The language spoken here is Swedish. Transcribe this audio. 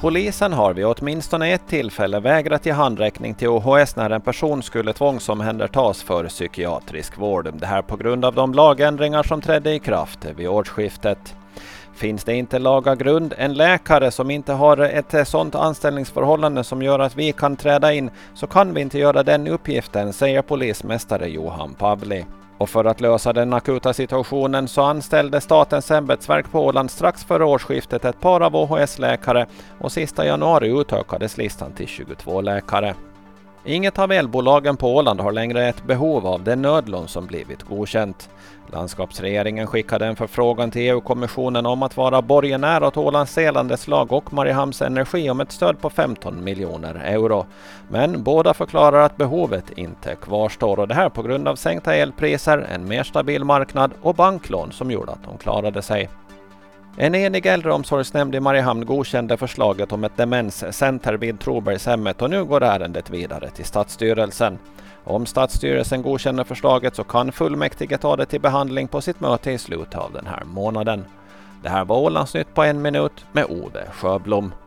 Polisen har vid åtminstone ett tillfälle vägrat ge handräckning till OHS när en person skulle tvångsomhändertas för psykiatrisk vård. Det här på grund av de lagändringar som trädde i kraft vid årsskiftet. Finns det inte laga grund, en läkare som inte har ett sådant anställningsförhållande som gör att vi kan träda in, så kan vi inte göra den uppgiften, säger polismästare Johan Pavli. Och för att lösa den akuta situationen så anställde Statens ämbetsverk på Åland strax före årsskiftet ett par av OHS-läkare och sista januari utökades listan till 22 läkare. Inget av elbolagen på Åland har längre ett behov av det nödlån som blivit godkänt. Landskapsregeringen skickade en förfrågan till EU-kommissionen om att vara borgenär åt Ålands Selandeslag och Mariehamns Energi om ett stöd på 15 miljoner euro. Men båda förklarar att behovet inte kvarstår, och det här på grund av sänkta elpriser, en mer stabil marknad och banklån som gjorde att de klarade sig. En enig äldreomsorgsnämnd i Mariehamn godkände förslaget om ett demenscenter vid Trobergshemmet och nu går ärendet vidare till Stadsstyrelsen. Om Stadsstyrelsen godkänner förslaget så kan fullmäktige ta det till behandling på sitt möte i slutet av den här månaden. Det här var Ålandsnytt på 1 minut med Ove Sjöblom.